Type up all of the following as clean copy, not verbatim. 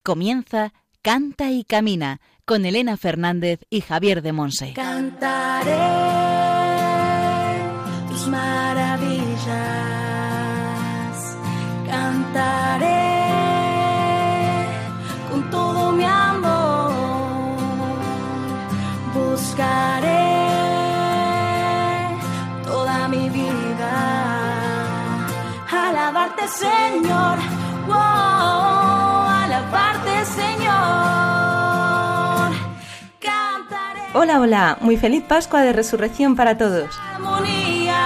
Comienza Canta y Camina con Elena Fernández y Javier de Monse. Cantaré tus maravillas, cantaré con todo mi amor, buscaré toda mi vida, alabarte, Señor, alabarte, Señor. Cantaré. Hola, hola, muy feliz Pascua de Resurrección para todos. Armonías.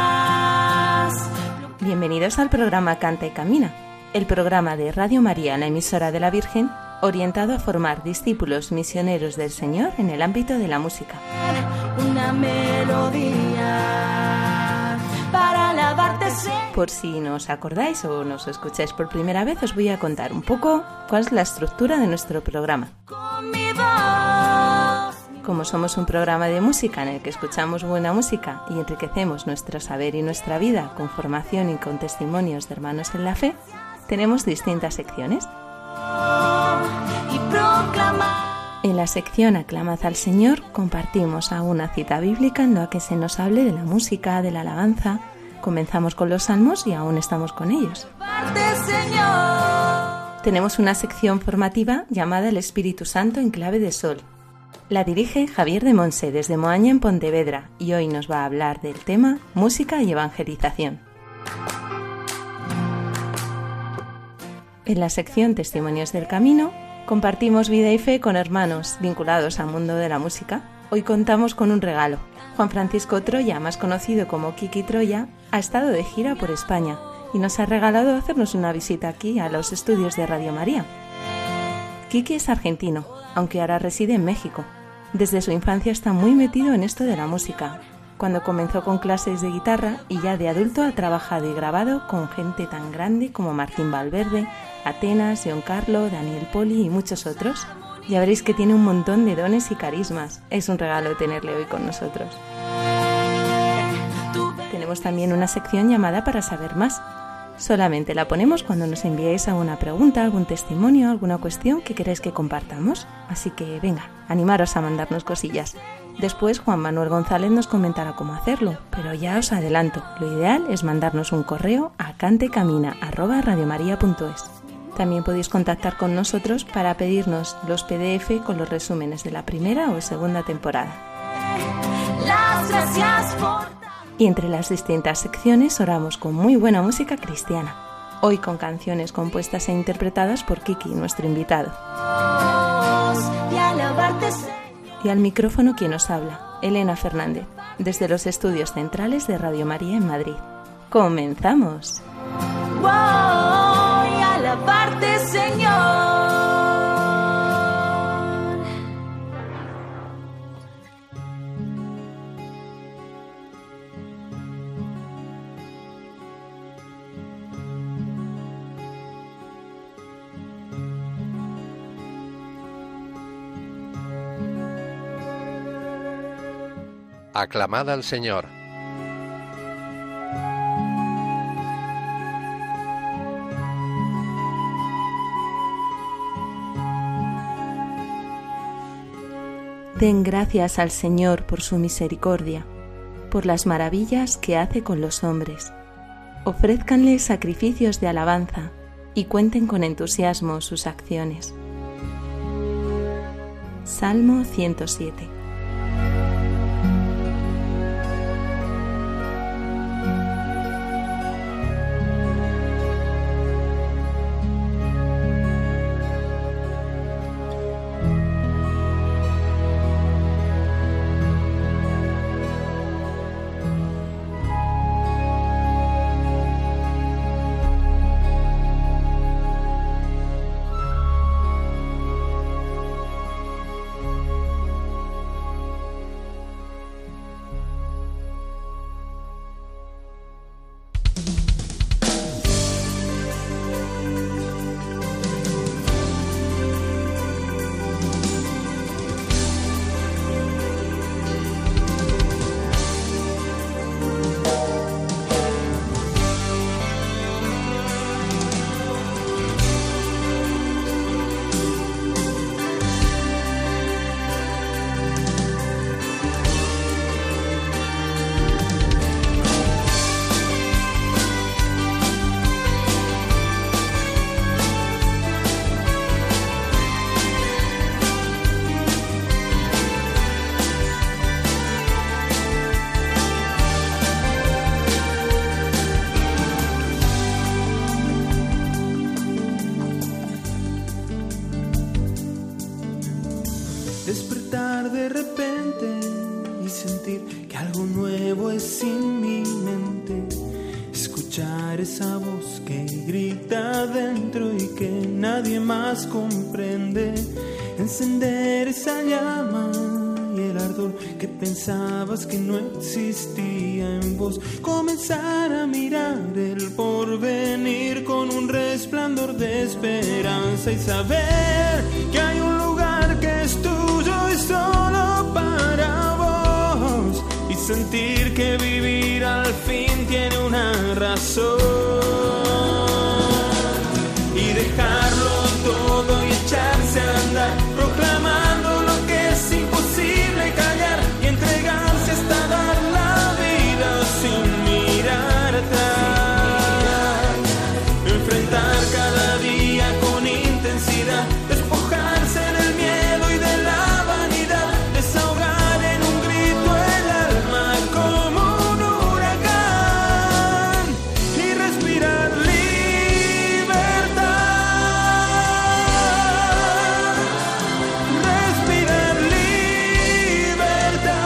Bienvenidos al programa Canta y Camina, el programa de Radio María, la emisora de la Virgen, orientado a formar discípulos misioneros del Señor en el ámbito de la música. Una melodía para alabarte, Señor. Por si no os acordáis o nos escucháis por primera vez, os voy a contar un poco cuál es la estructura de nuestro programa. Con mi voz. Como somos un programa de música en el que escuchamos buena música y enriquecemos nuestro saber y nuestra vida con formación y con testimonios de hermanos en la fe, tenemos distintas secciones. Y proclamar. En la sección Aclamad al Señor compartimos alguna cita bíblica en la que se nos hable de la música, de la alabanza. Comenzamos con los salmos y aún estamos con ellos. Alabarte, Señor. Tenemos una sección formativa llamada El Espíritu Santo en clave de sol. La dirige Javier de Monse desde Moaña en Pontevedra y hoy nos va a hablar del tema música y evangelización. En la sección Testimonios del Camino compartimos vida y fe con hermanos vinculados al mundo de la música. Hoy contamos con un regalo. Juan Francisco Troya, más conocido como Kiki Troya, ha estado de gira por España y nos ha regalado hacernos una visita aquí a los estudios de Radio María. Kiki es argentino, aunque ahora reside en México. Desde su infancia está muy metido en esto de la música. Cuando comenzó con clases de guitarra y ya de adulto ha trabajado y grabado con gente tan grande como Martín Valverde, Atenas, Giancarlo, Daniel Poli y muchos otros. Ya veréis que tiene un montón de dones y carismas. Es un regalo tenerle hoy con nosotros. Tenemos también una sección llamada Para saber más. Solamente la ponemos cuando nos enviéis alguna pregunta, algún testimonio, alguna cuestión que queráis que compartamos. Así que venga, animaros a mandarnos cosillas. Después Juan Manuel González nos comentará cómo hacerlo, pero ya os adelanto, lo ideal es mandarnos un correo a cantecamina@radiomaria.es. También podéis contactar con nosotros para pedirnos los PDF con los resúmenes de la primera o segunda temporada. Las gracias por. Y entre las distintas secciones oramos con muy buena música cristiana. Hoy con canciones compuestas e interpretadas por Kiki, nuestro invitado. Y alabarte, Señor. Y al micrófono quien os habla, Elena Fernández, desde los estudios centrales de Radio María en Madrid. ¡Comenzamos! Y alabarte, Señor. Aclamad al Señor. Den gracias al Señor por su misericordia, por las maravillas que hace con los hombres. Ofrézcanle sacrificios de alabanza y cuenten con entusiasmo sus acciones. Salmo 107. Despertar de repente y sentir que algo nuevo es inminente. Escuchar esa voz que grita adentro y que nadie más comprende. Encender esa llama y el ardor que pensabas que no existía en vos. Comenzar a mirar el porvenir con un resplandor de esperanza y saber que hay un lugar que es tuyo y solo para vos. Y sentir que vivir al fin tiene una razón. Y dejarlo todo y echarse a andar, proclamando lo que es imposible callar y entregarse hasta dar la vida sin mirar atrás. Enfrentar cada día con intensidad, despojarse del miedo y de la vanidad, desahogar en un grito el alma como un huracán y respirar libertad. Respirar libertad.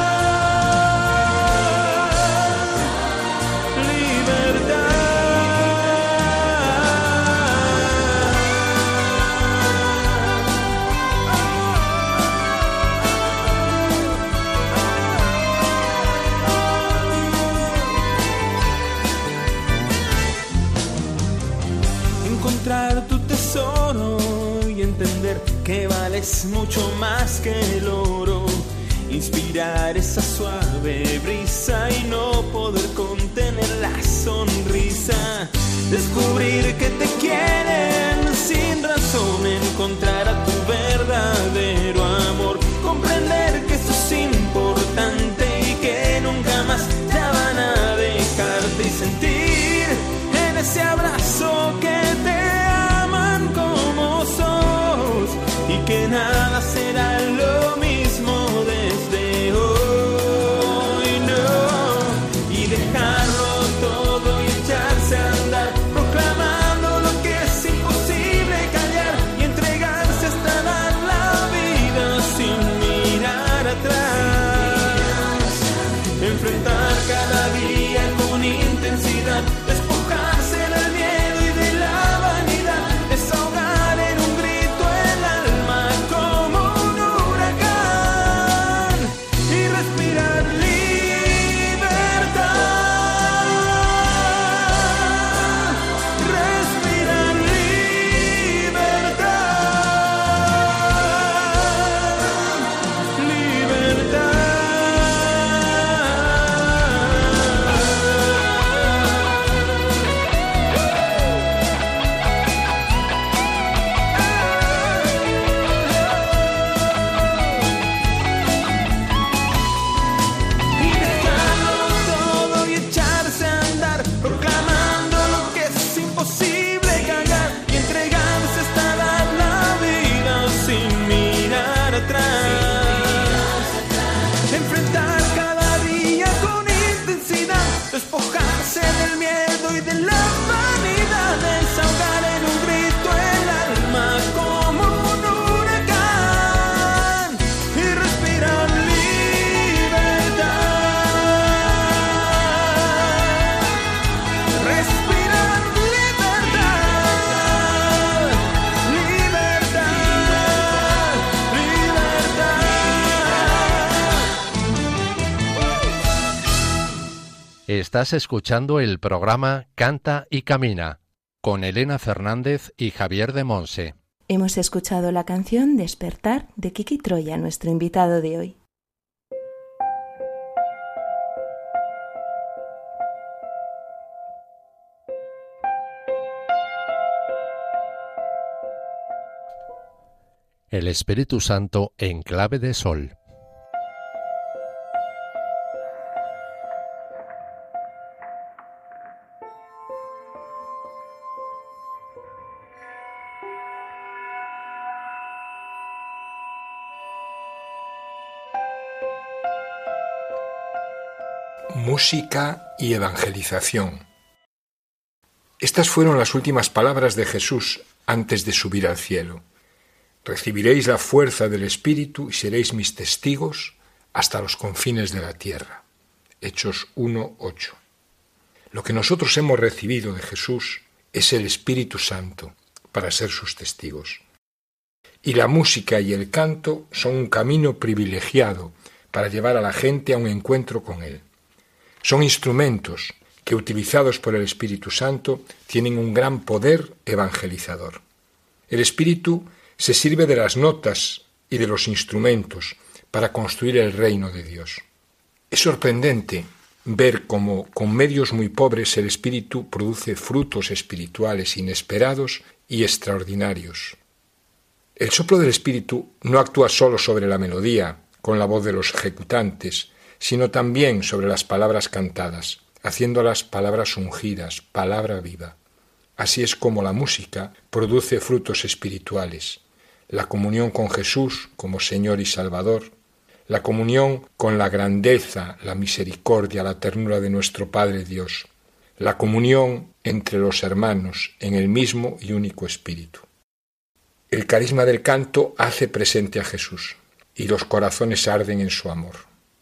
Encontrar tu tesoro y entender que vales mucho más que el oro. Inspirar esa suave brisa y no poder contener la sonrisa. Descubrir que te quieren sin razón. Encontrar a tu verdadero amor. Comprender que eso es importante y que nunca más ya van a dejarte. Y sentir en ese abrazo que te aman como sos y que nada será lo mismo desde hoy, no. Y dejarlo todo y echarse a andar, proclamando lo que es imposible callar y entregarse hasta dar la vida sin mirar atrás. Enfrentar cada día con intensidad, despojarse del miedo y de la vanidad, desahogar en un grito el alma como un huracán y respirar libertad. Respirar libertad. Libertad. Y dejarlo todo y echarse a andar, proclamando lo que es imposible callar y entregarse hasta dar la vida sin mirar atrás. Enfrentar cada día con intensidad, despojarse del miedo y de la vanidad, desahogar en un grito el alma como un huracán y respirar libertad. Respirar libertad. Libertad. Libertad. Estás escuchando el programa Canta y Camina con Elena Fernández y Javier de Monse. Hemos escuchado la canción Despertar de Kiki Troya, nuestro invitado de hoy. El Espíritu Santo en clave de sol. Música y evangelización. Estas fueron las últimas palabras de Jesús antes de subir al cielo. Recibiréis la fuerza del Espíritu y seréis mis testigos hasta los confines de la tierra. Hechos 1:8. Lo que nosotros hemos recibido de Jesús es el Espíritu Santo para ser sus testigos. Y la música y el canto son un camino privilegiado para llevar a la gente a un encuentro con Él. Son instrumentos que, utilizados por el Espíritu Santo, tienen un gran poder evangelizador. El Espíritu se sirve de las notas y de los instrumentos para construir el reino de Dios. Es sorprendente ver cómo con medios muy pobres el Espíritu produce frutos espirituales inesperados y extraordinarios. El soplo del Espíritu no actúa solo sobre la melodía, con la voz de los ejecutantes, sino también sobre las palabras cantadas, haciéndolas palabras ungidas, palabra viva. Así es como la música produce frutos espirituales. La comunión con Jesús como Señor y Salvador, la comunión con la grandeza, la misericordia, la ternura de nuestro Padre Dios, la comunión entre los hermanos en el mismo y único Espíritu. El carisma del canto hace presente a Jesús y los corazones arden en su amor.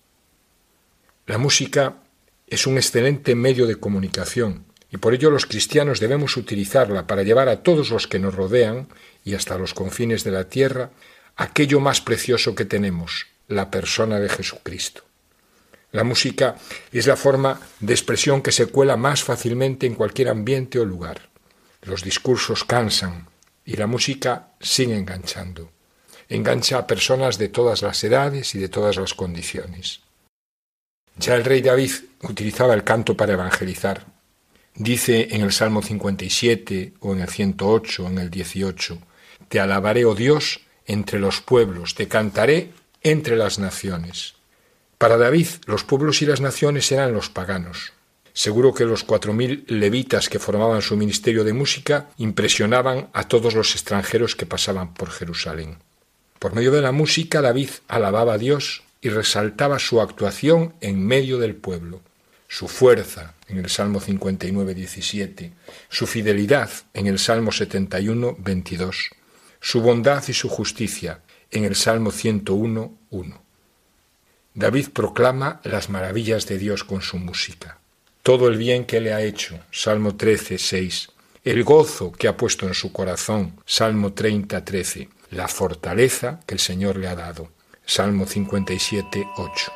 La música es un excelente medio de comunicación y por ello los cristianos debemos utilizarla para llevar a todos los que nos rodean y hasta los confines de la tierra aquello más precioso que tenemos, la persona de Jesucristo. La música es la forma de expresión que se cuela más fácilmente en cualquier ambiente o lugar. Los discursos cansan y la música sigue enganchando. Engancha a personas de todas las edades y de todas las condiciones. Ya el rey David utilizaba el canto para evangelizar. Dice en el Salmo 57 o en el 108 o en el 18: «Te alabaré, oh Dios, entre los pueblos, te cantaré entre las naciones». Para David, los pueblos y las naciones eran los paganos. Seguro que los 4.000 levitas que formaban su ministerio de música impresionaban a todos los extranjeros que pasaban por Jerusalén. Por medio de la música, David alababa a Dios y resaltaba su actuación en medio del pueblo, su fuerza en el Salmo 59, 17, su fidelidad en el Salmo 71, 22, su bondad y su justicia en el Salmo 101, 1. David proclama las maravillas de Dios con su música, todo el bien que le ha hecho, Salmo 13, 6, el gozo que ha puesto en su corazón, Salmo 30, 13, la fortaleza que el Señor le ha dado, Salmo 57, 8.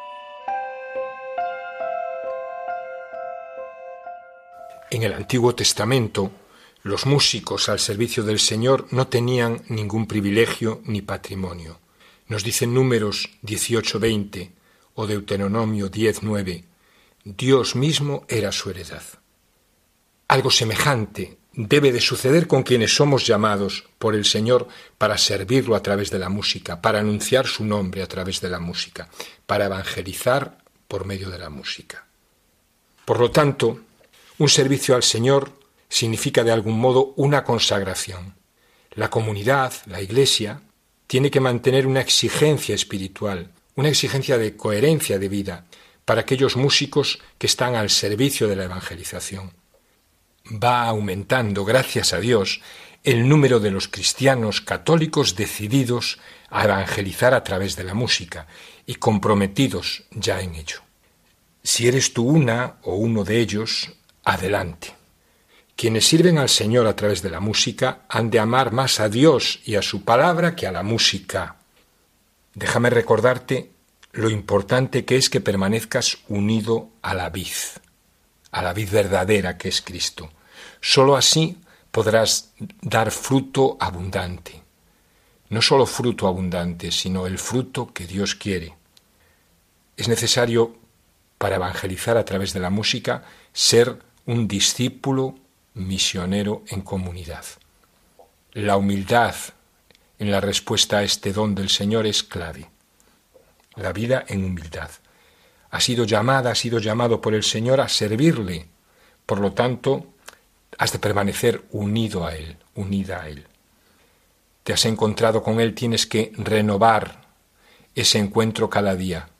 En el Antiguo Testamento, los músicos al servicio del Señor no tenían ningún privilegio ni patrimonio. Nos dicen Números 18:20 o Deuteronomio 10:9, Dios mismo era su heredad. Algo semejante debe de suceder con quienes somos llamados por el Señor para servirlo a través de la música, para anunciar su nombre a través de la música, para evangelizar por medio de la música. Por lo tanto, un servicio al Señor significa de algún modo una consagración. La comunidad, la Iglesia, tiene que mantener una exigencia espiritual, una exigencia de coherencia de vida para aquellos músicos que están al servicio de la evangelización. Va aumentando, gracias a Dios, el número de los cristianos católicos decididos a evangelizar a través de la música y comprometidos ya en ello. Si eres tú una o uno de ellos, adelante. Quienes sirven al Señor a través de la música han de amar más a Dios y a su palabra que a la música. Déjame recordarte lo importante que es que permanezcas unido a la vid verdadera que es Cristo. Solo así podrás dar fruto abundante. No solo fruto abundante, sino el fruto que Dios quiere. Es necesario, para evangelizar a través de la música, ser un discípulo misionero en comunidad. La humildad en la respuesta a este don del Señor es clave. La vida en humildad. Has sido llamado por el Señor a servirle. Por lo tanto, has de permanecer unido a Él, unida a Él. Te has encontrado con Él, tienes que renovar ese encuentro cada día.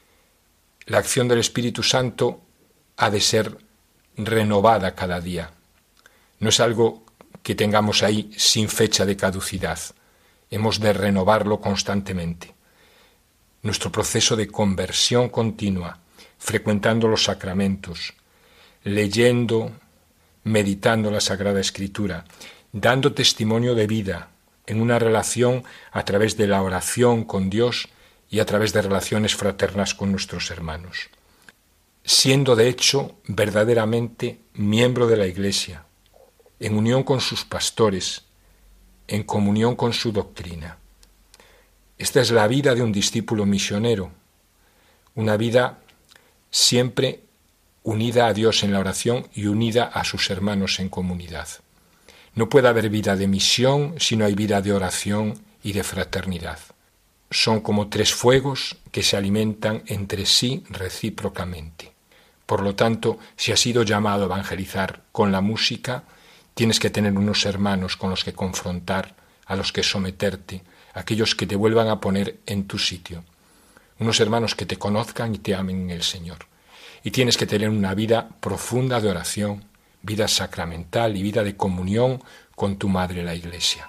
La acción del Espíritu Santo ha de ser renovada cada día. No es algo que tengamos ahí sin fecha de caducidad. Hemos de renovarlo constantemente. Nuestro proceso de conversión continua, frecuentando los sacramentos, leyendo, meditando la Sagrada Escritura, dando testimonio de vida en una relación a través de la oración con Dios y a través de relaciones fraternas con nuestros hermanos. Siendo de hecho verdaderamente miembro de la Iglesia, en unión con sus pastores, en comunión con su doctrina. Esta es la vida de un discípulo misionero, una vida siempre unida a Dios en la oración y unida a sus hermanos en comunidad. No puede haber vida de misión si no hay vida de oración y de fraternidad. Son como tres fuegos que se alimentan entre sí recíprocamente. Por lo tanto, si has sido llamado a evangelizar con la música, tienes que tener unos hermanos con los que confrontar, a los que someterte, aquellos que te vuelvan a poner en tu sitio. Unos hermanos que te conozcan y te amen en el Señor. Y tienes que tener una vida profunda de oración, vida sacramental y vida de comunión con tu Madre la Iglesia.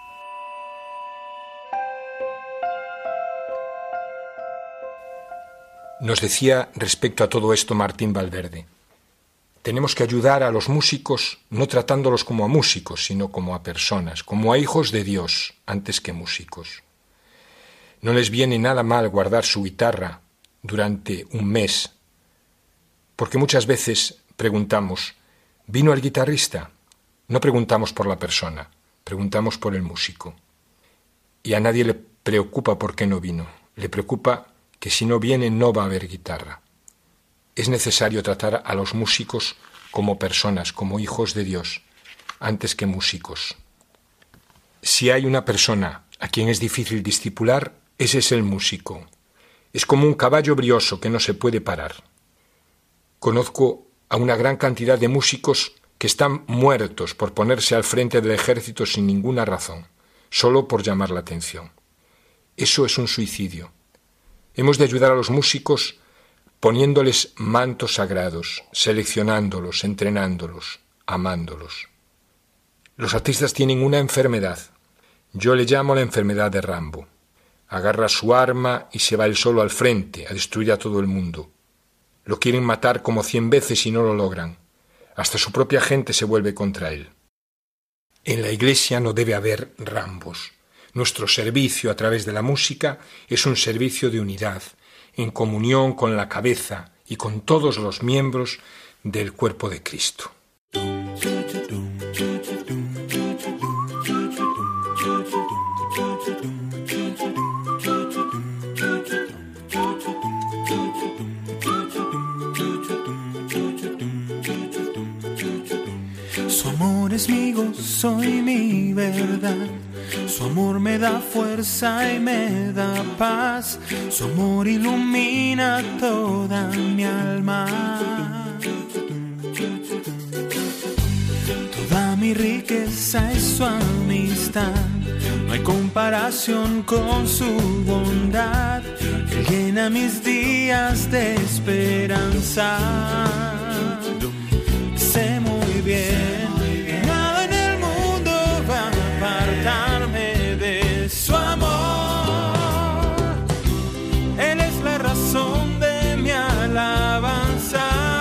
Nos decía respecto a todo esto Martín Valverde: tenemos que ayudar a los músicos no tratándolos como a músicos, sino como a personas, como a hijos de Dios, antes que músicos. No les viene nada mal guardar su guitarra durante un mes, porque muchas veces preguntamos, ¿vino el guitarrista? No preguntamos por la persona, preguntamos por el músico. Y a nadie le preocupa por qué no vino, le preocupa que si no viene no va a haber guitarra. Es necesario tratar a los músicos como personas, como hijos de Dios, antes que músicos. Si hay una persona a quien es difícil discipular, ese es el músico. Es como un caballo brioso que no se puede parar. Conozco a una gran cantidad de músicos que están muertos por ponerse al frente del ejército sin ninguna razón, solo por llamar la atención. Eso es un suicidio. Hemos de ayudar a los músicos poniéndoles mantos sagrados, seleccionándolos, entrenándolos, amándolos. Los artistas tienen una enfermedad. Yo le llamo la enfermedad de Rambo. Agarra su arma y se va él solo al frente a destruir a todo el mundo. Lo quieren matar como 100 veces y no lo logran. Hasta su propia gente se vuelve contra él. En la Iglesia no debe haber Rambos. Nuestro servicio a través de la música es un servicio de unidad, en comunión con la cabeza y con todos los miembros del cuerpo de Cristo. Su amor es mi gozo y mi verdad. Su amor me da fuerza y me da paz. Su amor ilumina toda mi alma. Toda mi riqueza es su amistad. No hay comparación con su bondad. Él llena mis días de esperanza. Sé muy bien. Su amor, Él es la razón de mi alabanza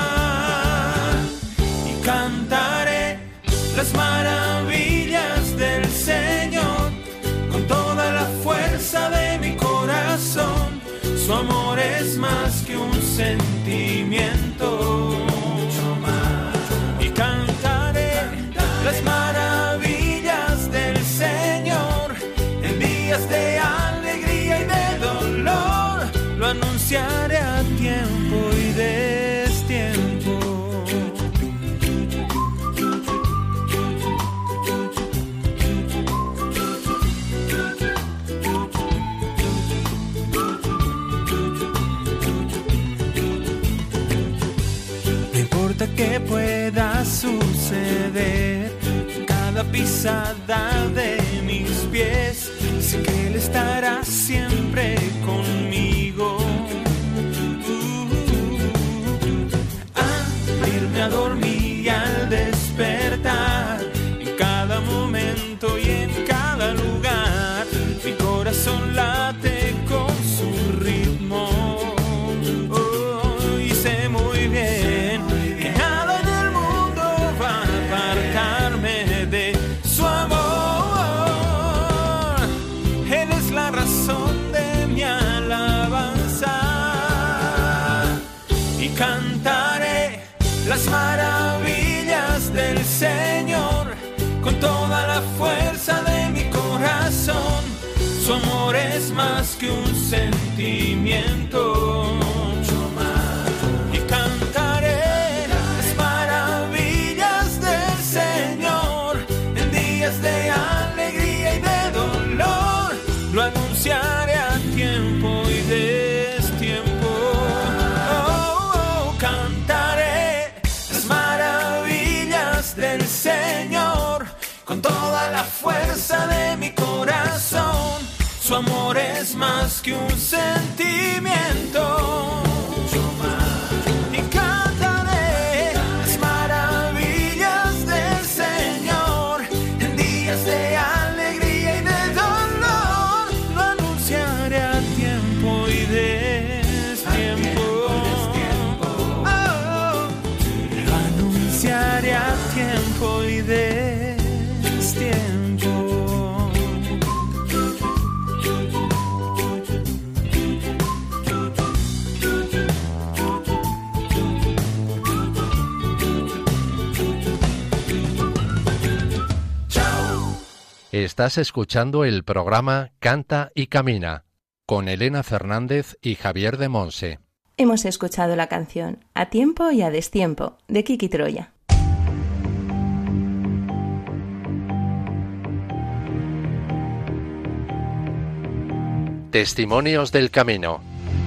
y cantaré las maravillas del Señor con toda la fuerza de mi corazón. Su amor es más que un sentimiento y cantaré las maravillas del Señor. De alegría y de dolor, lo anunciaré a tiempo y destiempo. No importa que pueda suceder, cada pisada de mis pies, sé que Él estará siempre conmigo. Al irme a dormir y al despertar, en cada momento y en cada lugar, cantaré las maravillas del Señor con toda la fuerza de mi corazón. Su amor es más que un sentimiento. Y cantaré las maravillas del Señor en días de alegría y de dolor. Lo anunciaré a tiempo y destiempo. Cantaré las maravillas del Señor con toda la fuerza de mi corazón. Su amor es más que un sentimiento. Y cantaré las maravillas del Señor en días de alegría y de dolor. Lo anunciaré a tiempo y destiempo. Lo anunciaré a tiempo y destiempo. Estás escuchando el programa Canta y Camina con Elena Fernández y Javier de Monse. Hemos escuchado la canción A tiempo y a destiempo de Kiki Troya. Testimonios del Camino.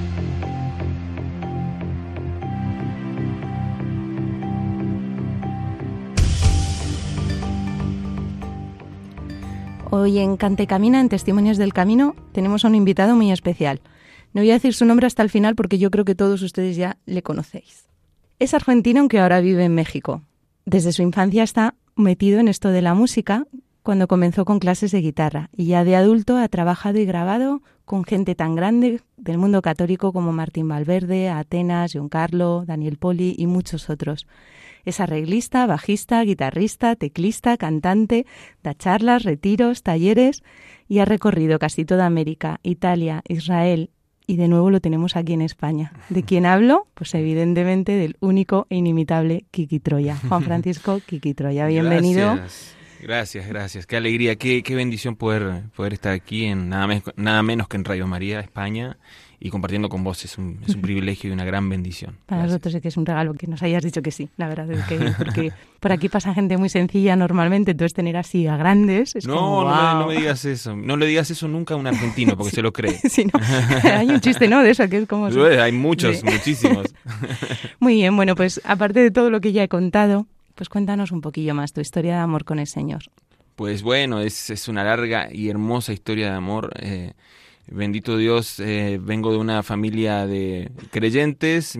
Hoy en Canta y Camina, en Testimonios del Camino, tenemos a un invitado muy especial. No voy a decir su nombre hasta el final porque yo creo que todos ustedes ya le conocéis. Es argentino, aunque ahora vive en México. Desde su infancia está metido en esto de la música, cuando comenzó con clases de guitarra. Y ya de adulto ha trabajado y grabado con gente tan grande del mundo católico como Martín Valverde, Atenas, Giancarlo, Daniel Poli y muchos otros. Es arreglista, bajista, guitarrista, teclista, cantante, da charlas, retiros, talleres y ha recorrido casi toda América, Italia, Israel y de nuevo lo tenemos aquí en España. ¿De quién hablo? Pues evidentemente del único e inimitable Kiki Troya. Juan Francisco Kiki Troya, bienvenido. Gracias. Qué alegría, qué bendición poder estar aquí en nada menos que en Radio María, España, y compartiendo con vos. Es un privilegio y una gran bendición. Para nosotros es que es un regalo que nos hayas dicho que sí, la verdad es que porque por aquí pasa gente muy sencilla normalmente, entonces tener así a grandes es como wow. No me digas eso. No le digas eso nunca a un argentino porque se lo cree. Sí, no. Hay un chiste, ¿no? De eso, que es como... Hay muchos, muchísimos. Muy bien, bueno, pues aparte de todo lo que ya he contado, pues cuéntanos un poquillo más tu historia de amor con el Señor. Pues bueno, es una larga y hermosa historia de amor. Bendito Dios, vengo de una familia de creyentes,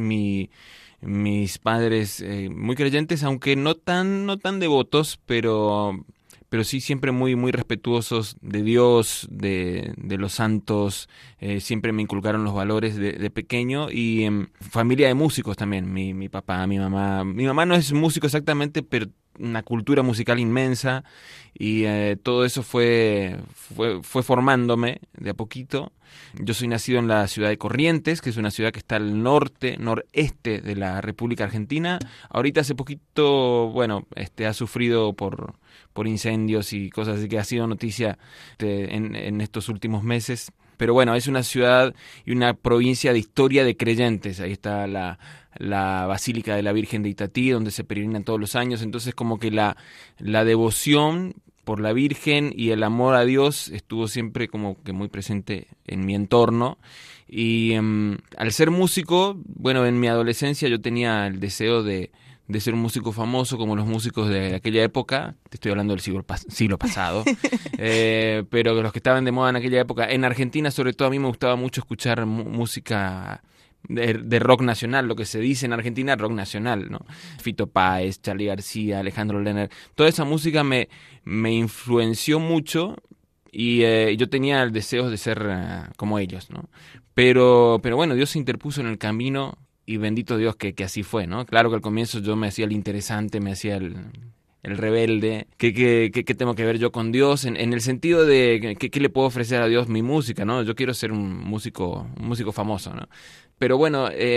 mis padres muy creyentes, aunque no tan devotos, pero sí siempre muy respetuosos de Dios, de los santos. Siempre me inculcaron los valores de pequeño, y familia de músicos también, mi papá, mi mamá. Mi mamá no es músico exactamente, pero una cultura musical inmensa, y todo eso fue formándome de a poquito. Yo soy nacido en la ciudad de Corrientes, que es una ciudad que está al noreste de la República Argentina. Ahorita hace poquito, ha sufrido por incendios y cosas así, que ha sido noticia en estos últimos meses. Pero bueno, es una ciudad y una provincia de historia de creyentes. Ahí está la Basílica de la Virgen de Itatí, donde se peregrinan todos los años. Entonces como que la devoción por la Virgen y el amor a Dios estuvo siempre como que muy presente en mi entorno. Y al ser músico, en mi adolescencia yo tenía el deseo de ser un músico famoso como los músicos de aquella época. Te estoy hablando del siglo pasado, pero los que estaban de moda en aquella época. En Argentina, sobre todo, a mí me gustaba mucho escuchar música de rock nacional, lo que se dice en Argentina, rock nacional, ¿no? Fito Páez, Charly García, Alejandro Lerner. Toda esa música me influenció mucho, y yo tenía el deseo de ser como ellos, ¿no? Pero bueno, Dios se interpuso en el camino. Y bendito Dios que así fue, ¿no? Claro que al comienzo yo me hacía el interesante, me hacía el rebelde. ¿Qué tengo que ver yo con Dios? En el sentido de ¿qué le puedo ofrecer a Dios mi música, ¿no? Yo quiero ser un músico famoso, ¿no? Pero bueno,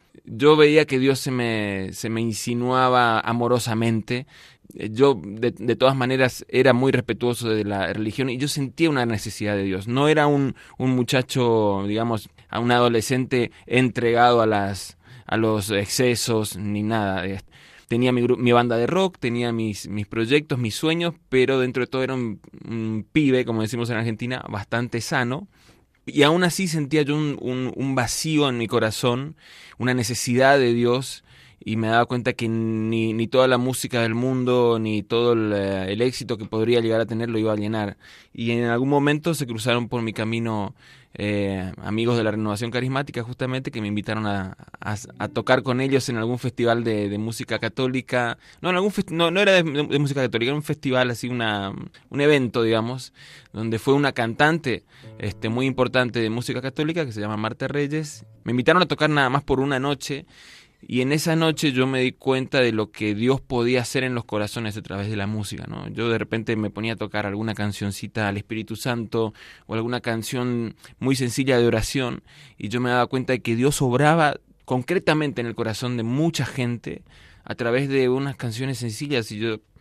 yo veía que Dios se me insinuaba amorosamente. Yo, de todas maneras, era muy respetuoso de la religión y yo sentía una necesidad de Dios. No era un muchacho, digamos, a un adolescente entregado a los excesos ni nada. Tenía mi banda de rock, tenía mis proyectos, mis sueños, pero dentro de todo era un pibe, como decimos en Argentina, bastante sano. Y aún así sentía yo un vacío en mi corazón, una necesidad de Dios, y me daba cuenta que ni toda la música del mundo, ni todo el éxito que podría llegar a tener lo iba a llenar. Y en algún momento se cruzaron por mi camino amigos de la Renovación Carismática, justamente, que me invitaron a tocar con ellos en algún festival de música católica. No, no era de música católica, era un festival, así un evento, digamos, donde fue una cantante muy importante de música católica que se llama Marta Reyes. Me invitaron a tocar nada más por una noche. Y en esa noche yo me di cuenta de lo que Dios podía hacer en los corazones a través de la música, ¿no? Yo de repente me ponía a tocar alguna cancioncita al Espíritu Santo o alguna canción muy sencilla de oración y yo me daba cuenta de que Dios obraba concretamente en el corazón de mucha gente a través de unas canciones sencillas. Y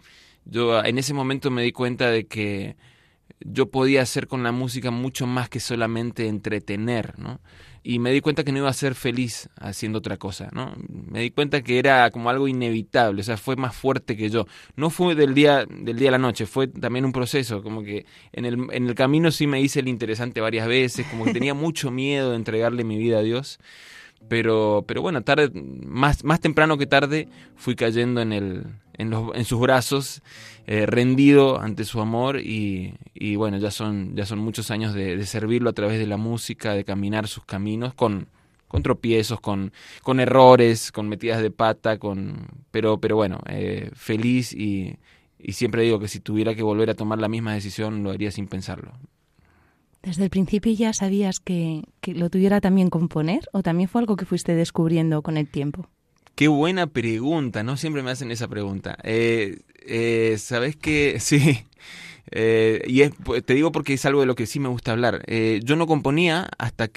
yo en ese momento me di cuenta de que yo podía hacer con la música mucho más que solamente entretener, ¿no? Y me di cuenta que no iba a ser feliz haciendo otra cosa, ¿no? Me di cuenta que era como algo inevitable, o sea, fue más fuerte que yo. No fue del día a la noche, fue también un proceso, como que en el camino sí me hice el interesante varias veces, como que tenía mucho miedo de entregarle mi vida a Dios. Pero bueno, más temprano que tarde fui cayendo en sus brazos, rendido ante su amor y bueno, ya son muchos años de servirlo a través de la música, de caminar sus caminos con tropiezos, con errores, con metidas de pata, pero bueno, feliz y siempre digo que si tuviera que volver a tomar la misma decisión lo haría sin pensarlo. ¿Desde el principio ya sabías que lo tuviera también componer o también fue algo que fuiste descubriendo con el tiempo? Qué buena pregunta, no siempre me hacen esa pregunta. ¿Sabes qué? Sí, te digo porque es algo de lo que sí me gusta hablar. Yo no componía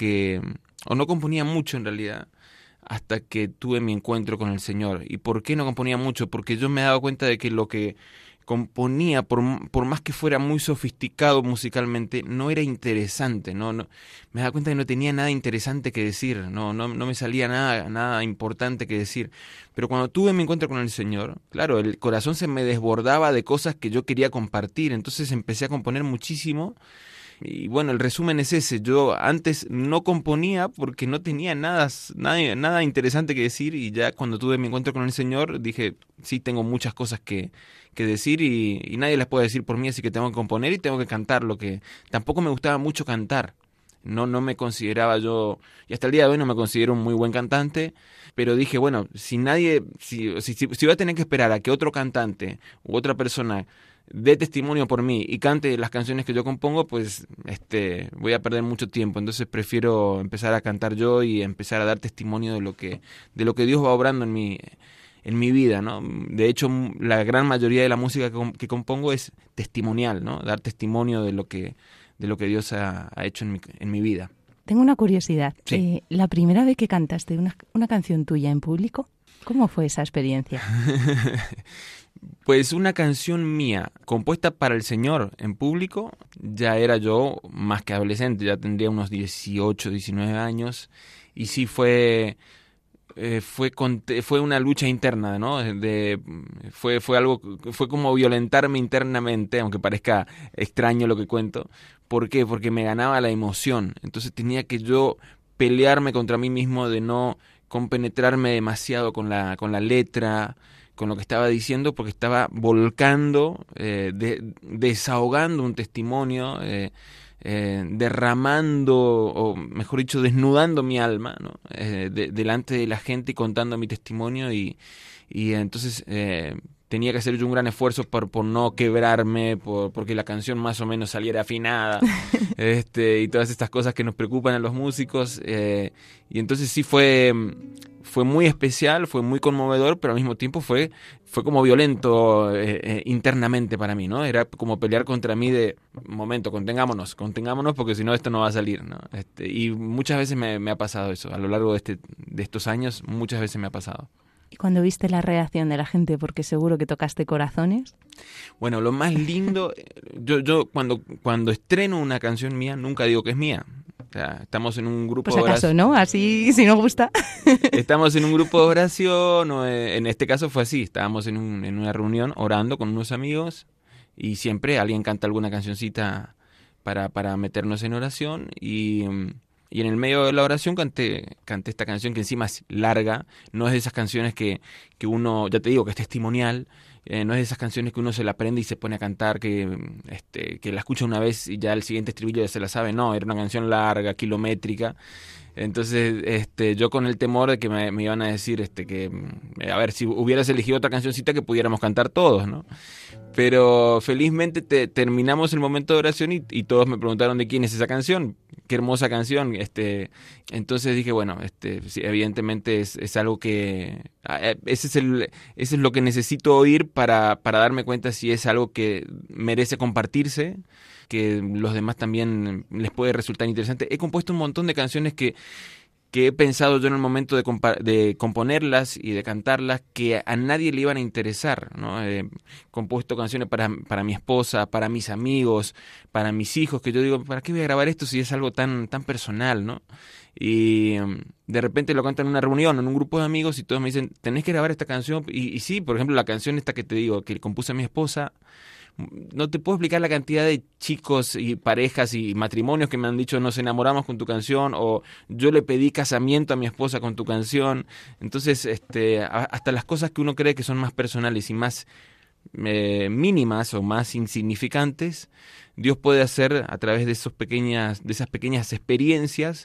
no componía mucho en realidad, hasta que tuve mi encuentro con el Señor. ¿Y por qué no componía mucho? Porque yo me daba cuenta de que lo que componía, por más que fuera muy sofisticado musicalmente, no era interesante, no me daba cuenta que no tenía nada interesante que decir, no me salía nada importante que decir. Pero cuando tuve mi encuentro con el Señor, claro, el corazón se me desbordaba de cosas que yo quería compartir, entonces empecé a componer muchísimo. Y bueno, el resumen es ese. Yo antes no componía porque no tenía nada interesante que decir, y ya cuando tuve mi encuentro con el Señor dije, sí, tengo muchas cosas que decir y nadie las puede decir por mí, así que tengo que componer y tengo que cantar. Lo que tampoco me gustaba mucho cantar. No me consideraba yo, y hasta el día de hoy no me considero un muy buen cantante, pero dije, bueno, si voy a tener que esperar a que otro cantante u otra persona dé testimonio por mí y cante las canciones que yo compongo, pues voy a perder mucho tiempo. Entonces prefiero empezar a cantar yo y empezar a dar testimonio de lo que Dios va obrando en mi vida, ¿no? De hecho, la gran mayoría de la música que compongo es testimonial, ¿no? Dar testimonio de lo que Dios ha hecho en mi vida. Tengo una curiosidad. Sí. La primera vez que cantaste una canción tuya en público, ¿cómo fue esa experiencia? Pues una canción mía compuesta para el Señor en público, ya era yo más que adolescente, ya tendría unos 18, 19 años, y sí fue una lucha interna, ¿no? Fue como violentarme internamente, aunque parezca extraño lo que cuento. ¿Por qué? Porque me ganaba la emoción. Entonces tenía que yo pelearme contra mí mismo de no compenetrarme demasiado con la letra, con lo que estaba diciendo, porque estaba volcando, desahogando un testimonio, derramando, o mejor dicho, desnudando mi alma, ¿no? Delante de la gente y contando mi testimonio y entonces tenía que hacer yo un gran esfuerzo por no quebrarme, porque la canción más o menos saliera afinada, y todas estas cosas que nos preocupan a los músicos, y entonces sí fue muy especial, fue muy conmovedor, pero al mismo tiempo fue como violento internamente para mí, ¿no? Era como pelear contra mí de, momento, contengámonos, porque si no esto no va a salir, ¿no? Y muchas veces me ha pasado eso, a lo largo de estos años, muchas veces me ha pasado. ¿Y cuando viste la reacción de la gente, porque seguro que tocaste corazones? Bueno, lo más lindo, yo cuando estreno una canción mía, nunca digo que es mía. O sea, estamos en un grupo pues de oración. ¿No? Así, si no gusta. Estamos en un grupo de oración, en este caso fue así, estábamos en una reunión orando con unos amigos y siempre alguien canta alguna cancioncita para meternos en oración y en el medio de la oración canté esta canción que encima es larga, no es de esas canciones que uno, ya te digo, que es testimonial, no es de esas canciones que uno se la aprende y se pone a cantar, que la escucha una vez y ya el siguiente estribillo ya se la sabe, no, era una canción larga, kilométrica. Entonces, yo con el temor de que me iban a decir que a ver, si hubieras elegido otra cancioncita que pudiéramos cantar todos, ¿no? Pero felizmente terminamos el momento de oración y todos me preguntaron de quién es esa canción, qué hermosa canción. Entonces dije, bueno, sí, evidentemente es algo que ese es lo que necesito oír para darme cuenta si es algo que merece compartirse, que los demás también les puede resultar interesante. He compuesto un montón de canciones que he pensado yo en el momento de componerlas y de cantarlas que a nadie le iban a interesar, ¿no? He compuesto canciones para mi esposa, para mis amigos, para mis hijos, que yo digo, ¿para qué voy a grabar esto si es algo tan personal, ¿no? Y de repente lo canto en una reunión, en un grupo de amigos y todos me dicen, tenés que grabar esta canción. Y sí, por ejemplo, la canción esta que te digo, que compuse a mi esposa, no te puedo explicar la cantidad de chicos y parejas y matrimonios que me han dicho nos enamoramos con tu canción, o yo le pedí casamiento a mi esposa con tu canción. Entonces, hasta las cosas que uno cree que son más personales y más mínimas o más insignificantes, Dios puede hacer a través de esas pequeñas experiencias,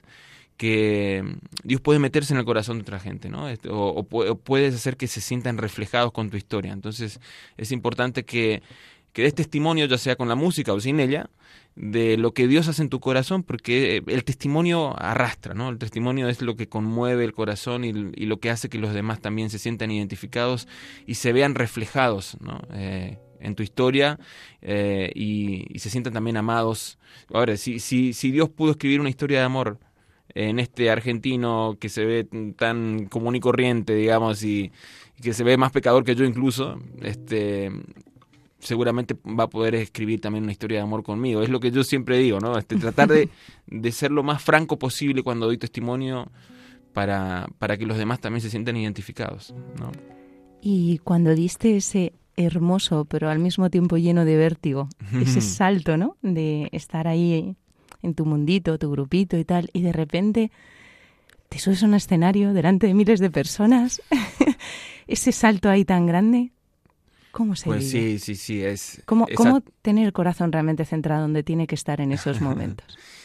que Dios puede meterse en el corazón de otra gente, ¿no? O puedes hacer que se sientan reflejados con tu historia. Entonces, es importante que des testimonio, ya sea con la música o sin ella, de lo que Dios hace en tu corazón, porque el testimonio arrastra, ¿no? El testimonio es lo que conmueve el corazón y lo que hace que los demás también se sientan identificados y se vean reflejados, ¿no? En tu historia, y se sientan también amados. Ahora, si Dios pudo escribir una historia de amor en este argentino que se ve tan común y corriente, digamos, y que se ve más pecador que yo incluso, seguramente va a poder escribir también una historia de amor conmigo. Es lo que yo siempre digo, ¿no? Tratar de ser lo más franco posible cuando doy testimonio para que los demás también se sientan identificados, ¿no? Y cuando diste ese hermoso, pero al mismo tiempo lleno de vértigo, ese salto, ¿no? De estar ahí en tu mundito, tu grupito y tal, y de repente te subes a un escenario delante de miles de personas, ese salto ahí tan grande, ¿cómo se vive? Pues sí, es... ¿Cómo tener el corazón realmente centrado donde tiene que estar en esos momentos?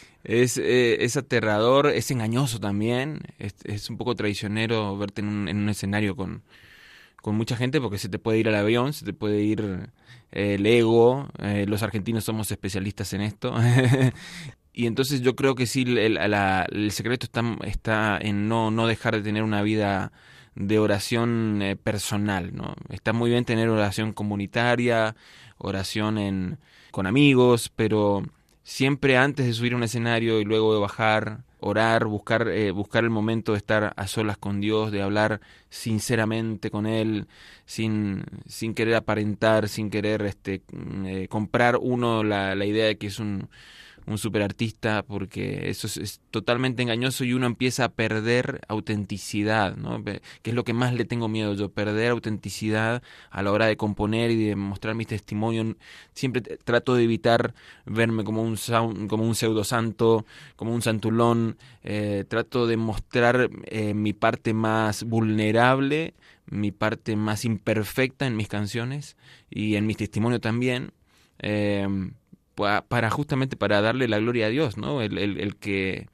Es aterrador, es engañoso también, es un poco traicionero verte en un escenario con mucha gente, porque se te puede ir el avión, se te puede ir el ego. Los argentinos somos especialistas en esto. Y entonces yo creo que sí, el secreto está en no dejar de tener una vida de oración personal, ¿no? Está muy bien tener oración comunitaria, oración con amigos, pero siempre antes de subir a un escenario y luego de bajar, orar, buscar el momento de estar a solas con Dios, de hablar sinceramente con Él, sin querer aparentar, sin querer comprar uno la idea de que es un superartista, porque eso es totalmente engañoso y uno empieza a perder autenticidad, ¿no? Que es lo que más le tengo miedo yo, perder autenticidad a la hora de componer y de mostrar mis testimonios. Siempre trato de evitar verme como un pseudo santo, como un santulón. Trato de mostrar mi parte más vulnerable, mi parte más imperfecta en mis canciones y en mis testimonios también, justamente para darle la gloria a Dios, ¿no? El que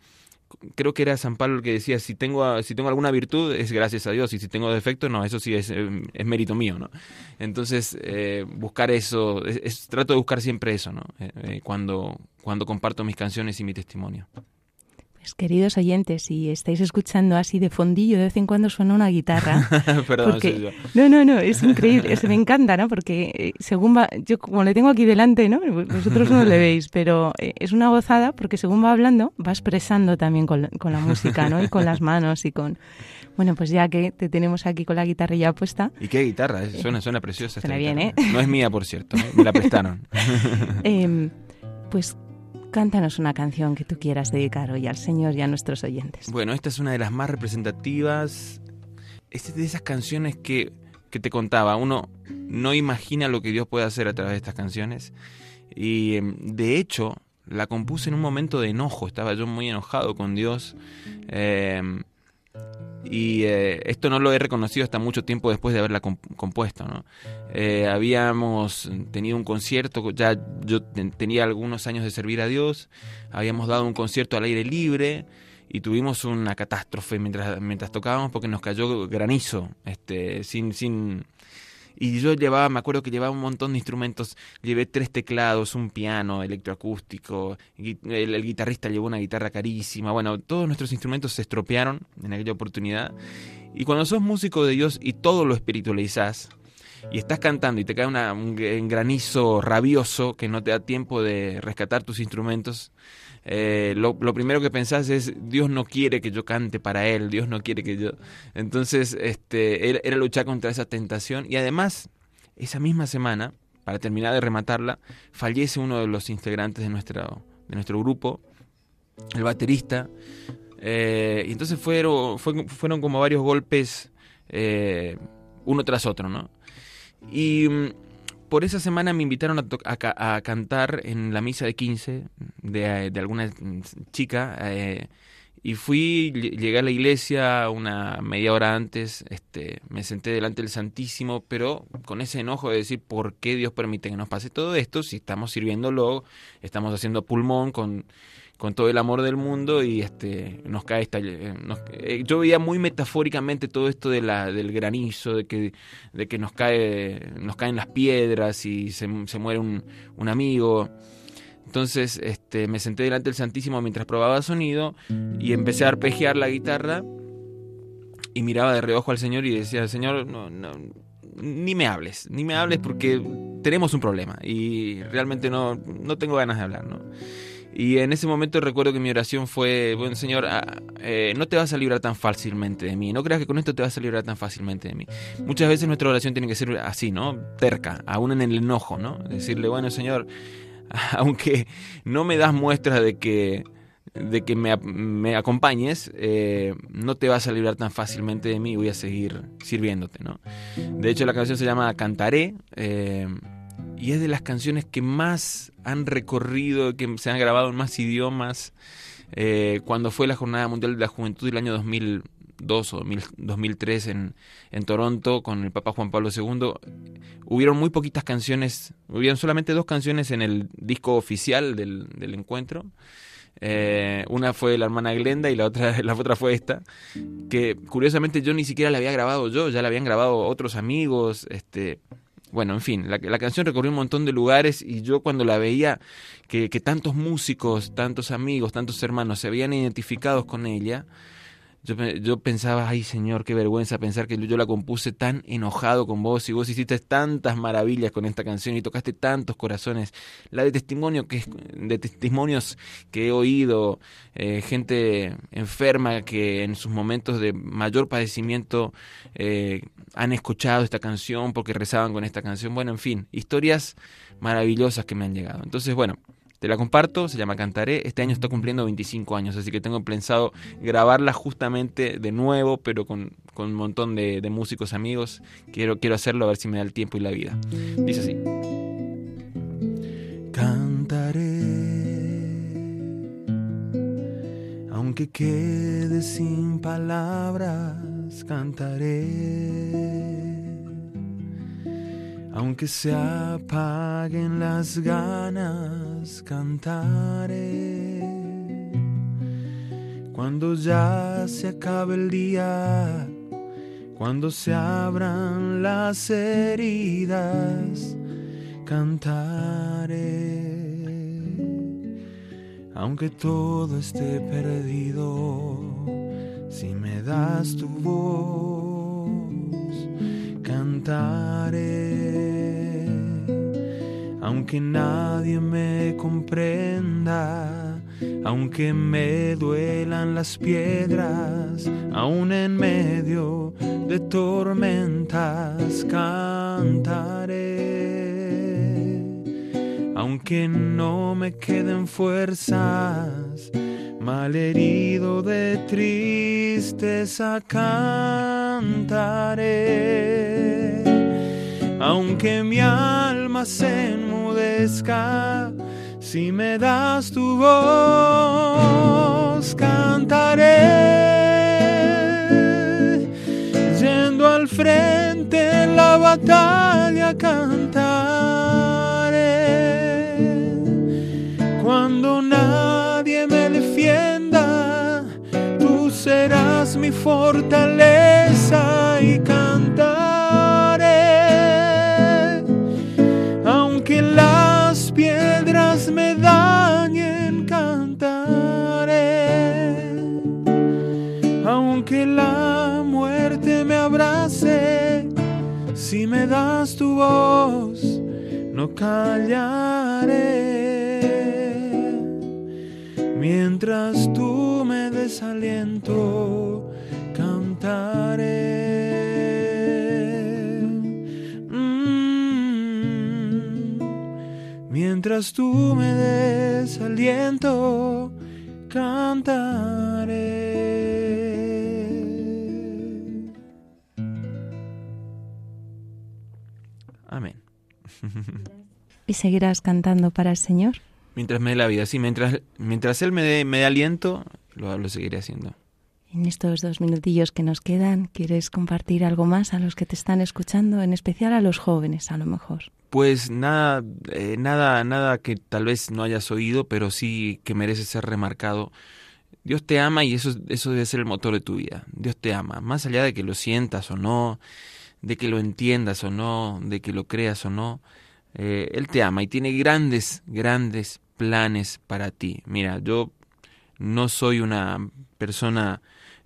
creo que era San Pablo el que decía, si tengo alguna virtud es gracias a Dios, y si tengo defecto, no, eso sí es mérito mío, ¿no? Entonces, buscar eso, trato de buscar siempre eso, ¿no? Cuando comparto mis canciones y mi testimonio. Pues, queridos oyentes, si estáis escuchando así de fondillo, de vez en cuando suena una guitarra. Perdón, porque, soy yo. No, es increíble, me encanta, ¿no? Porque según va, yo como le tengo aquí delante, ¿no? Vosotros no le veis, pero es una gozada porque según va hablando, va expresando también con la música, ¿no? Y con las manos y con... Bueno, pues ya que te tenemos aquí con la guitarrilla puesta... ¿Y qué guitarra? Suena preciosa. Suena esta bien, guitarra. No es mía, por cierto, me la prestaron. Pues... cántanos una canción que tú quieras dedicar hoy al Señor y a nuestros oyentes. Bueno, esta es una de las más representativas. Es de esas canciones que te contaba. Uno no imagina lo que Dios puede hacer a través de estas canciones. Y de hecho, la compuse en un momento de enojo. Estaba yo muy enojado con Dios. Y esto no lo he reconocido hasta mucho tiempo después de haberla compuesto, ¿no? Habíamos tenido un concierto, ya yo tenía algunos años de servir a Dios, habíamos dado un concierto al aire libre y tuvimos una catástrofe mientras tocábamos porque nos cayó granizo, y yo me acuerdo que llevaba un montón de instrumentos, llevé 3 teclados, un piano electroacústico, el guitarrista llevó una guitarra carísima, bueno, todos nuestros instrumentos se estropearon en aquella oportunidad, y cuando sos músico de Dios y todo lo espiritualizás, y estás cantando y te cae un granizo rabioso que no te da tiempo de rescatar tus instrumentos, lo primero que pensás es, Dios no quiere que yo cante para Él, Dios no quiere que yo... Entonces, era luchar contra esa tentación. Y además, esa misma semana, para terminar de rematarla, fallece uno de los integrantes de nuestro grupo, el baterista. Y entonces fueron como varios golpes, uno tras otro, ¿no? Y... por esa semana me invitaron a cantar en la misa de 15 de alguna chica, y llegué a la iglesia una media hora antes, me senté delante del Santísimo, pero con ese enojo de decir, ¿por qué Dios permite que nos pase todo esto? Si estamos sirviéndolo, estamos haciendo pulmón con todo el amor del mundo, y nos cae yo veía muy metafóricamente todo esto del granizo, de que nos caen las piedras y se muere un amigo. Entonces me senté delante del Santísimo mientras probaba sonido y empecé a arpegiar la guitarra y miraba de reojo al Señor y decía, Señor, no, ni me hables porque tenemos un problema y realmente no tengo ganas de hablar, ¿no? Y en ese momento recuerdo que mi oración fue, bueno, Señor, no te vas a librar tan fácilmente de mí, no creas que con esto te vas a librar tan fácilmente de mí. Muchas veces nuestra oración tiene que ser así, ¿no? Terca, aún en el enojo, ¿no? Decirle, bueno, Señor, aunque no me das muestras de que me acompañes, no te vas a librar tan fácilmente de mí y voy a seguir sirviéndote, ¿no? De hecho, la canción se llama Cantaré, y es de las canciones que más han recorrido, que se han grabado en más idiomas. Cuando fue la Jornada Mundial de la Juventud del año 2002 o 2003 en Toronto con el Papa Juan Pablo II, hubieron muy poquitas canciones, hubieron solamente 2 canciones en el disco oficial del encuentro. Una fue la hermana Glenda y la otra fue esta, que curiosamente yo ni siquiera la había grabado yo, ya la habían grabado otros amigos. Bueno, en fin, la canción recorrió un montón de lugares y yo cuando la veía que tantos músicos, tantos amigos, tantos hermanos se habían identificado con ella, yo pensaba, ay Señor, qué vergüenza pensar que yo la compuse tan enojado con vos y vos hiciste tantas maravillas con esta canción y tocaste tantos corazones. La de testimonios que he oído, gente enferma que en sus momentos de mayor padecimiento han escuchado esta canción porque rezaban con esta canción. Bueno, en fin, historias maravillosas que me han llegado. Entonces, bueno, te la comparto, se llama Cantaré. Este año está cumpliendo 25 años, así que tengo pensado grabarla justamente de nuevo, pero con un montón de músicos amigos. Quiero hacerlo a ver si me da el tiempo y la vida. Dice así. Cantaré, aunque quede sin palabras, cantaré. Aunque se apaguen las ganas, cantaré. Cuando ya se acabe el día, cuando se abran las heridas, cantaré. Aunque todo esté perdido, si me das tu voz, cantaré. Aunque nadie me comprenda, aunque me duelan las piedras, aún en medio de tormentas cantaré. Aunque no me queden fuerzas, malherido de tristeza cantaré. Aunque mi alma se enmudezca, si me das tu voz, cantaré. Yendo al frente en la batalla cantaré. Cuando nadie me defienda, tú serás mi fortaleza y cantaré. Aunque las piedras me dañen, cantaré. Aunque la muerte me abrace, si me das tu voz, no callaré. Mientras tú me des aliento, cantaré. Mientras tú me des aliento, cantaré. Amén. ¿Y seguirás cantando para el Señor? Mientras me dé la vida, sí, mientras Él me dé aliento, lo seguiré haciendo. En estos 2 minutillos que nos quedan, ¿quieres compartir algo más a los que te están escuchando, en especial a los jóvenes, a lo mejor? Pues nada que tal vez no hayas oído, pero sí que merece ser remarcado. Dios te ama y eso debe ser el motor de tu vida. Dios te ama, más allá de que lo sientas o no, de que lo entiendas o no, de que lo creas o no. Él te ama y tiene grandes planes para ti. Mira, yo no soy una persona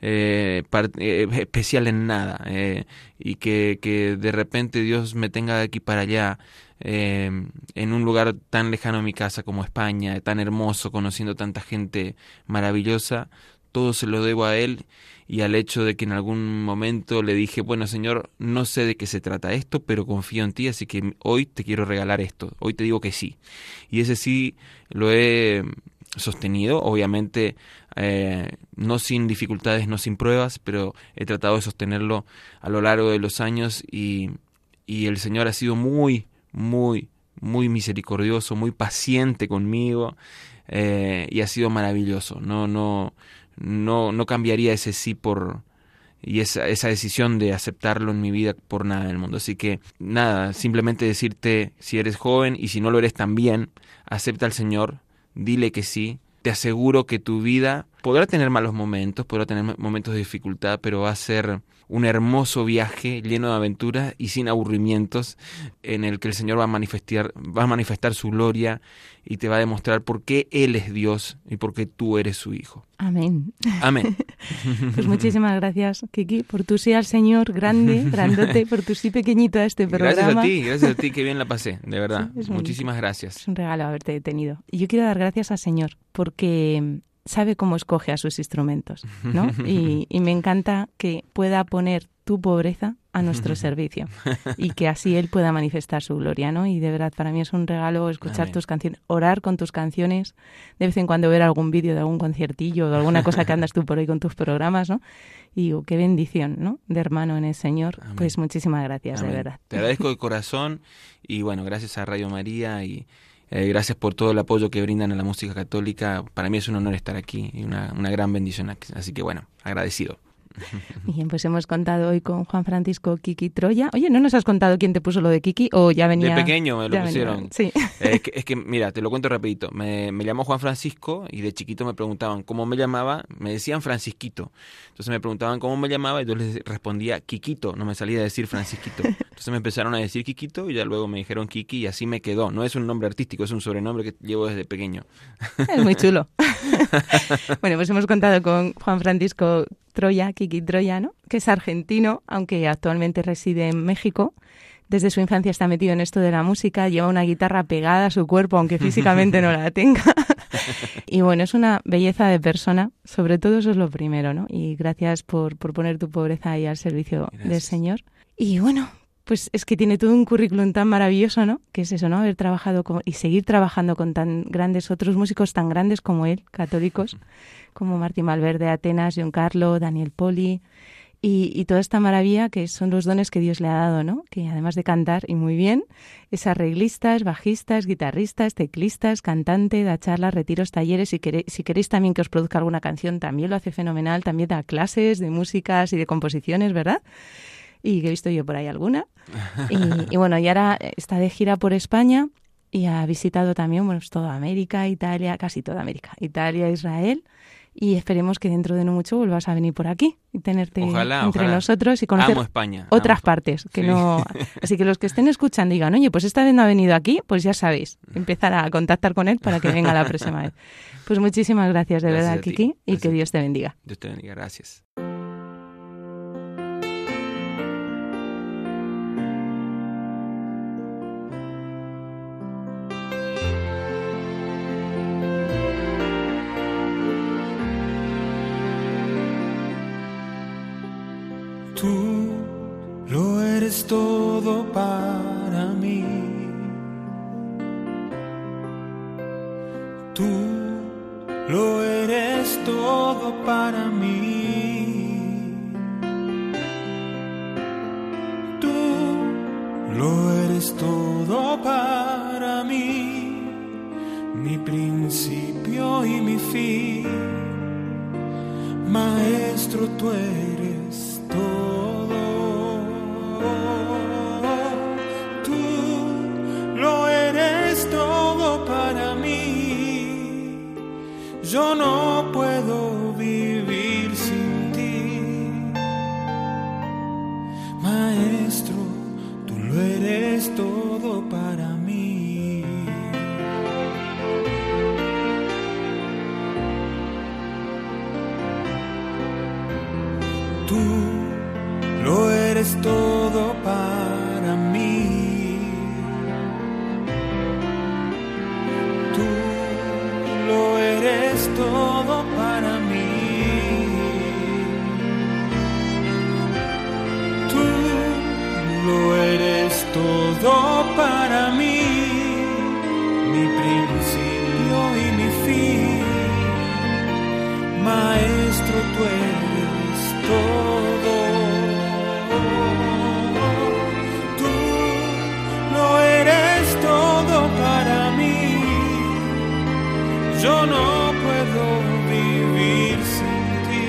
especial en nada, y que de repente Dios me tenga de aquí para allá, en un lugar tan lejano a mi casa como España, tan hermoso, conociendo tanta gente maravillosa. Todo se lo debo a Él y al hecho de que en algún momento le dije, bueno, Señor, no sé de qué se trata esto, pero confío en ti, así que hoy te quiero regalar esto, hoy te digo que sí. Y ese sí lo he sostenido, obviamente no sin dificultades, no sin pruebas, pero he tratado de sostenerlo a lo largo de los años y el Señor ha sido muy misericordioso, muy paciente conmigo, y ha sido maravilloso. No cambiaría ese sí y esa decisión de aceptarlo en mi vida por nada del mundo. Así que nada, simplemente decirte, si eres joven y si no lo eres también, acepta al Señor, dile que sí. Te aseguro que tu vida podrá tener malos momentos, podrá tener momentos de dificultad, pero va a ser un hermoso viaje lleno de aventuras y sin aburrimientos, en el que el Señor va a manifestar su gloria y te va a demostrar por qué Él es Dios y por qué tú eres su hijo. Amén. Amén. Pues muchísimas gracias, Kiki, por tu sí al Señor grande, grandote, por tu sí pequeñito a este programa. Gracias a ti, qué bien la pasé, de verdad. Sí, muchísimas gracias. Es un regalo haberte tenido. Y yo quiero dar gracias al Señor, porque sabe cómo escoge a sus instrumentos, ¿no? Y me encanta que pueda poner tu pobreza a nuestro servicio y que así Él pueda manifestar su gloria, ¿no? Y de verdad, para mí es un regalo escuchar tus canciones, orar con tus canciones, de vez en cuando ver algún vídeo de algún conciertillo o de alguna cosa que andas tú por ahí con tus programas, ¿no? Y digo, qué bendición, ¿no? De hermano en el Señor. Amén. Pues muchísimas gracias, Amén. De verdad. Te agradezco de corazón y bueno, gracias a Radio María y gracias por todo el apoyo que brindan a la música católica. Para mí es un honor estar aquí y una gran bendición. Así que bueno, agradecido. Bien, pues hemos contado hoy con Juan Francisco Kiki Troya. Oye, ¿no nos has contado quién te puso lo de Kiki o ya venía? De pequeño me lo pusieron. Sí. Es que, mira, te lo cuento rapidito. Me llamó Juan Francisco y de chiquito me preguntaban cómo me llamaba. Me decían Francisquito. Entonces me preguntaban cómo me llamaba y yo les respondía Kikito. No me salía a decir Francisquito. Entonces me empezaron a decir Kikito y ya luego me dijeron Kiki y así me quedó. No es un nombre artístico, es un sobrenombre que llevo desde pequeño. Es muy chulo. Bueno, pues hemos contado con Juan Francisco Troya, Kiki Troya, ¿no? Que es argentino, aunque actualmente reside en México. Desde su infancia está metido en esto de la música, lleva una guitarra pegada a su cuerpo, aunque físicamente no la tenga. Y bueno, es una belleza de persona, sobre todo eso es lo primero, ¿no? Y gracias por poner tu pobreza ahí al servicio del Señor. Y bueno, pues es que tiene todo un currículum tan maravilloso, ¿no? Que es eso, ¿no? Haber trabajado y seguir trabajando con tan grandes otros músicos tan grandes como él, católicos, como Martín Valverde, Atenas, Giancarlo, Daniel Poli, y toda esta maravilla que son los dones que Dios le ha dado, ¿no? Que además de cantar, y muy bien, es arreglista, es bajista, es guitarrista, es teclista, es cantante, da charlas, retiros, talleres. Si queréis también que os produzca alguna canción, también lo hace fenomenal, también da clases de músicas y de composiciones, ¿verdad? Y que he visto yo por ahí alguna. Y bueno, y ahora está de gira por España y ha visitado también, bueno, pues toda América, Italia, casi toda América, Italia, Israel. Y esperemos que dentro de no mucho vuelvas a venir por aquí y tenerte ojalá. Nosotros y conocer España, otras partes. Que sí. No. Así que los que estén escuchando digan, oye, pues esta vez no ha venido aquí, pues ya sabéis, empezar a contactar con él para que venga la próxima vez. Pues muchísimas gracias, gracias verdad, Kiki, y que Dios te bendiga. Dios te bendiga, gracias. Tú lo eres todo para mí. Tú lo eres todo para mí. Tú lo eres todo para mí. Mi principio y mi fin. Maestro, tú eres todo. Todo para mí, yo no puedo vivir sin ti. Maestro, tú lo eres todo para mí. Tú lo eres todo para mí. Todo para mí. Tú lo eres todo para mí. Mi principio y mi fin. Maestro, tú eres todo. Tú lo eres todo para mí. Yo no puedo vivir sin ti.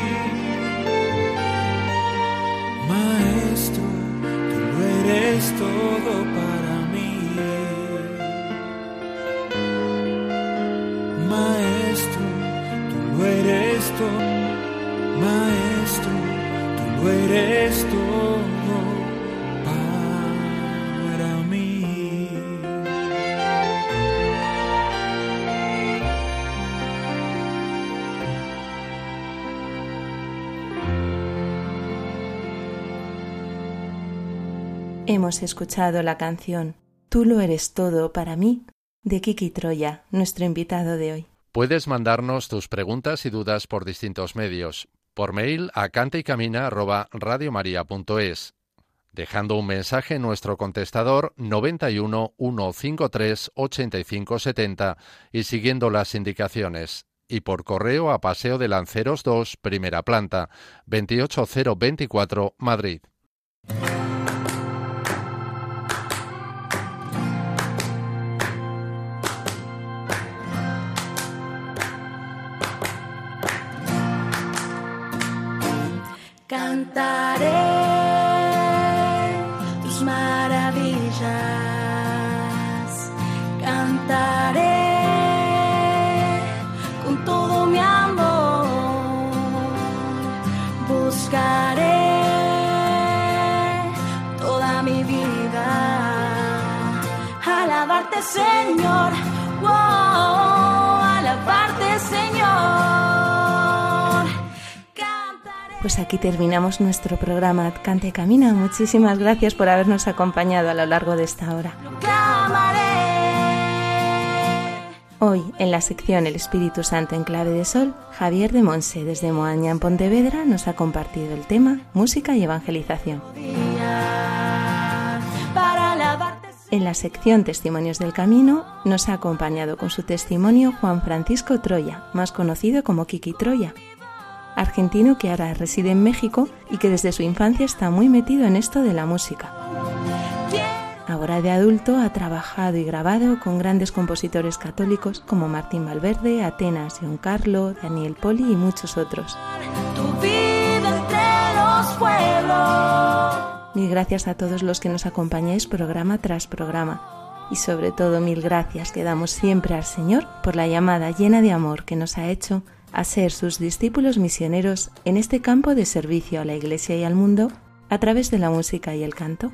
Maestro, tú lo eres todo para mí. Maestro, tú lo eres todo. Maestro, tú lo eres todo para mí. Hemos escuchado la canción Tú lo eres todo para mí, de Kiki Troya, nuestro invitado de hoy. Puedes mandarnos tus preguntas y dudas por distintos medios. Por mail a cantaycamina@radiomaria.es, dejando un mensaje en nuestro contestador 91 153 85 70 y siguiendo las indicaciones. Y por correo a Paseo de Lanceros 2, primera planta, 28024, Madrid. Cantaré tus maravillas, cantaré con todo mi amor, buscaré toda mi vida, alabarte Señor, alabarte Señor. Pues aquí terminamos nuestro programa Canta y Camina. Muchísimas gracias por habernos acompañado a lo largo de esta hora. Hoy, en la sección El Espíritu Santo en clave de sol, Javier de Monse, desde Moaña, en Pontevedra, nos ha compartido el tema Música y Evangelización. En la sección Testimonios del Camino, nos ha acompañado con su testimonio Juan Francisco Troya, más conocido como Kiki Troya, argentino que ahora reside en México y que desde su infancia está muy metido en esto de la música. Ahora de adulto ha trabajado y grabado con grandes compositores católicos como Martín Valverde, Atenas, John Carlo, Daniel Poli y muchos otros. Mil gracias a todos los que nos acompañáis programa tras programa y sobre todo mil gracias que damos siempre al Señor por la llamada llena de amor que nos ha hecho a ser sus discípulos misioneros en este campo de servicio a la Iglesia y al mundo a través de la música y el canto.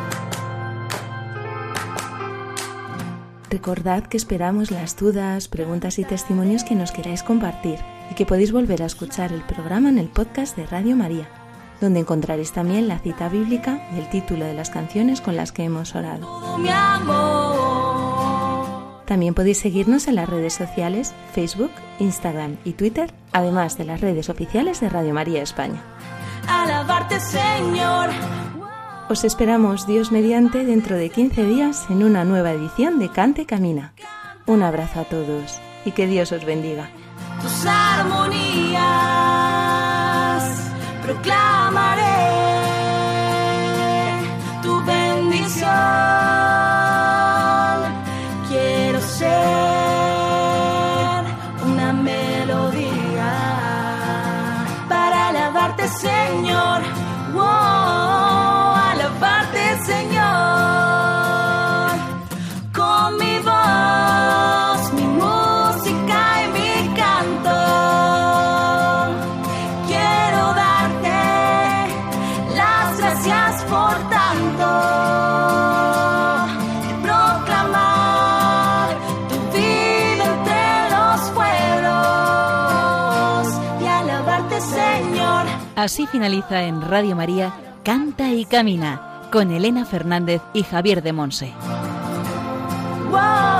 Recordad que esperamos las dudas, preguntas y testimonios que nos queráis compartir y que podéis volver a escuchar el programa en el podcast de Radio María, donde encontraréis también la cita bíblica y el título de las canciones con las que hemos orado. También podéis seguirnos en las redes sociales Facebook, Instagram y Twitter, además de las redes oficiales de Radio María España. Alabarte, Señor. Os esperamos, Dios mediante, dentro de 15 días en una nueva edición de Canta y Camina. Un abrazo a todos y que Dios os bendiga. Tus armonías proclamaré, tu bendición. Quiero ser una melodía para alabarte, Señor. Alabarte, Señor. Con mi voz, mi música y mi canto, quiero darte las gracias por tanto. Así finaliza en Radio María Canta y Camina con Elena Fernández y Javier de Monse. Wow.